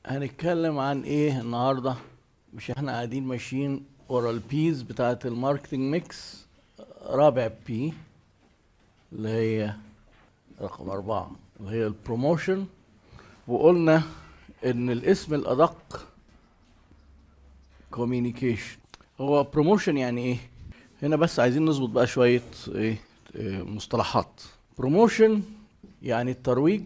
هنتكلم عن ايه النهارده؟ مش احنا قاعدين ماشيين ورا البيز بتاعت الماركتنج ميكس؟ رابع بي اللي هي رقم 4 اللي هي البروموشن، وقلنا ان الاسم الادق كوميونيكيشن. هو بروموشن يعني ايه؟ هنا بس عايزين نظبط بقى شويه مصطلحات. بروموشن يعني الترويج،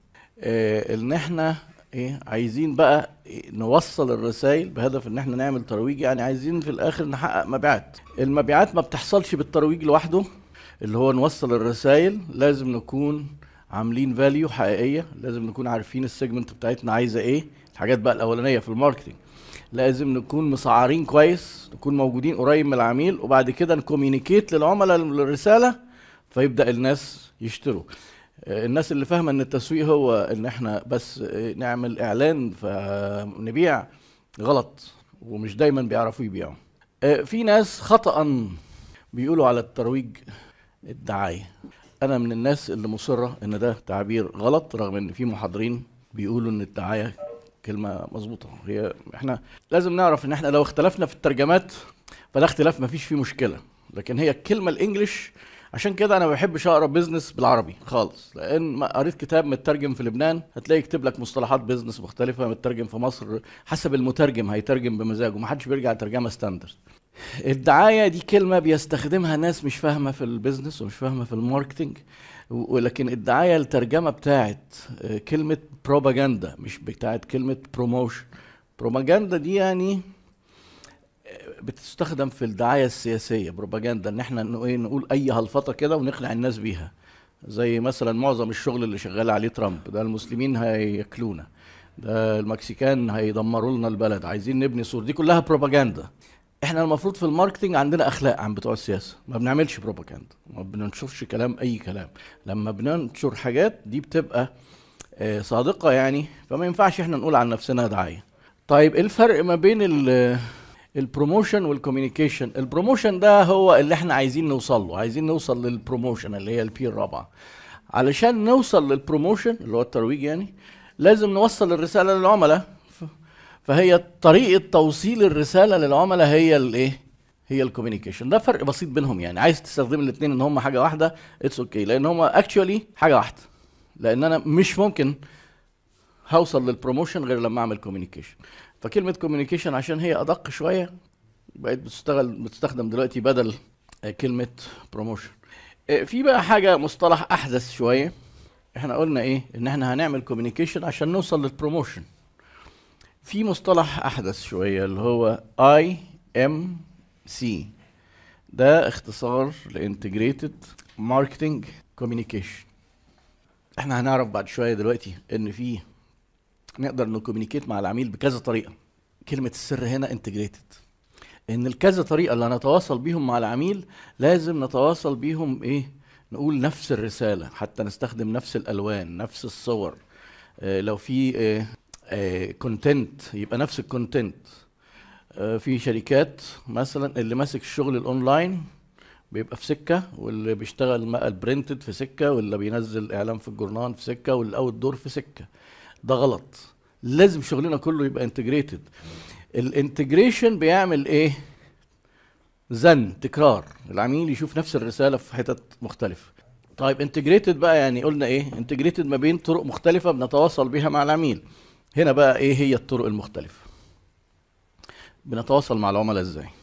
ان احنا عايزين بقى نوصل الرسائل بهدف ان احنا نعمل ترويج، يعني عايزين في الاخر نحقق مبيعات. المبيعات ما بتحصلش بالترويج لوحده، اللي هو نوصل الرسائل لازم نكون عاملين فاليو حقيقيه، لازم نكون عارفين السيجمنت بتاعتنا عايزه ايه، الحاجات بقى الاولانيه في الماركتنج. لازم نكون مسعرين كويس، نكون موجودين قريب من العميل، وبعد كده نكوميونيكيت للعملاء الرساله فيبدا الناس يشتروا. الناس اللي فاهمه ان التسويق هو ان احنا بس نعمل اعلان فنبيع، غلط، ومش دايما بيعرفوا يبيعوا. في ناس خطأ بيقولوا على الترويج الدعاية. انا من الناس اللي مصرة ان ده تعبير غلط، رغم ان في محاضرين بيقولوا ان الدعاية كلمة مظبوطة. هي احنا لازم نعرف ان احنا لو اختلفنا في الترجمات فده اختلاف مفيش فيه مشكلة، لكن هي الكلمة الانجليش. عشان كده انا ما بحبش اقرا بيزنس بالعربي خالص، لان ما قريت كتاب مترجم في لبنان هتلاقي يكتب لك مصطلحات بيزنس مختلفه، مترجم في مصر حسب المترجم هيترجم بمزاجه، ما حدش بيرجع ترجمه ستاندرد. الدعايه دي كلمه بيستخدمها ناس مش فاهمه في البيزنس ومش فاهمه في الماركتنج، ولكن الدعايه الترجمه بتاعت كلمه بروباجندا مش بتاعت كلمه بروموشن. بروباجندا دي يعني بتستخدم في الدعايه السياسيه، بروباجندا ان احنا نقول اي هلفطه كده ونقنع الناس بيها. زي مثلا معظم الشغل اللي شغال عليه ترامب ده، المسلمين هياكلونا، ده المكسيكان هيدمروا لنا البلد، عايزين نبني سور، دي كلها بروباجندا. احنا المفروض في الماركتنج عندنا اخلاق عن بتوع السياسه، ما بنعملش بروباجندا، ما بننشرش كلام اي كلام. لما بننشر حاجات دي بتبقى صادقه يعني، فما ينفعش احنا نقول عن نفسنا دعايه. طيب ايه الفرق ما بين البروموشن والكوميونيكيشن؟ البروموشن ده هو اللي احنا عايزين نوصل له، عايزين نوصل للبروموشن اللي هي البي الرابعه. علشان نوصل للبروموشن اللي هو الترويج يعني لازم نوصل الرساله للعملاء. فهي طريقه توصيل الرساله للعملاء هي الايه؟ هي الكوميونيكيشن. ده فرق بسيط بينهم، يعني عايز تستخدم الاثنين ان هم حاجه واحده اتس اوكي، لان هم اكشولي حاجه واحده. لان انا مش ممكن هوصل للبروموشن غير لما اعمل كوميونيكيشن. فكلمه كوميونيكيشن عشان هي ادق شويه بقيت بتستخدم دلوقتي بدل كلمه بروموشن. في بقى حاجه مصطلح احدث شويه. احنا قلنا ايه؟ ان احنا هنعمل كوميونيكيشن عشان نوصل للبروموشن. في مصطلح احدث شويه اللي هو IMC، ده اختصار لانتجريتد ماركتنج كوميونيكيشن. احنا هنعرف بعد شويه دلوقتي ان في نقدر نكوميونيكيت مع العميل بكذا طريقه. كلمه السر هنا انتجريتد، ان الكذا طريقه اللي هنتواصل بيهم مع العميل لازم نتواصل بيهم نقول نفس الرساله، حتى نستخدم نفس الالوان، نفس الصور. لو في كونتنت يبقى نفس الكونتنت. في شركات مثلا اللي ماسك الشغل الاونلاين بيبقى في سكه، واللي بيشتغل البرنتد في سكه، واللي بينزل اعلان في الجورنال في سكه، والاوت دور في سكه. ده غلط، لازم شغلنا كله يبقى انتجريتد. الانتجريشن بيعمل ايه؟ تكرار، العميل يشوف نفس الرساله في حتت مختلفه. طيب انتجريتد بقى يعني قلنا ايه؟ انتجريتد ما بين طرق مختلفه بنتواصل بيها مع العميل. هنا بقى ايه هي الطرق المختلفه؟ بنتواصل مع العملاء ازاي؟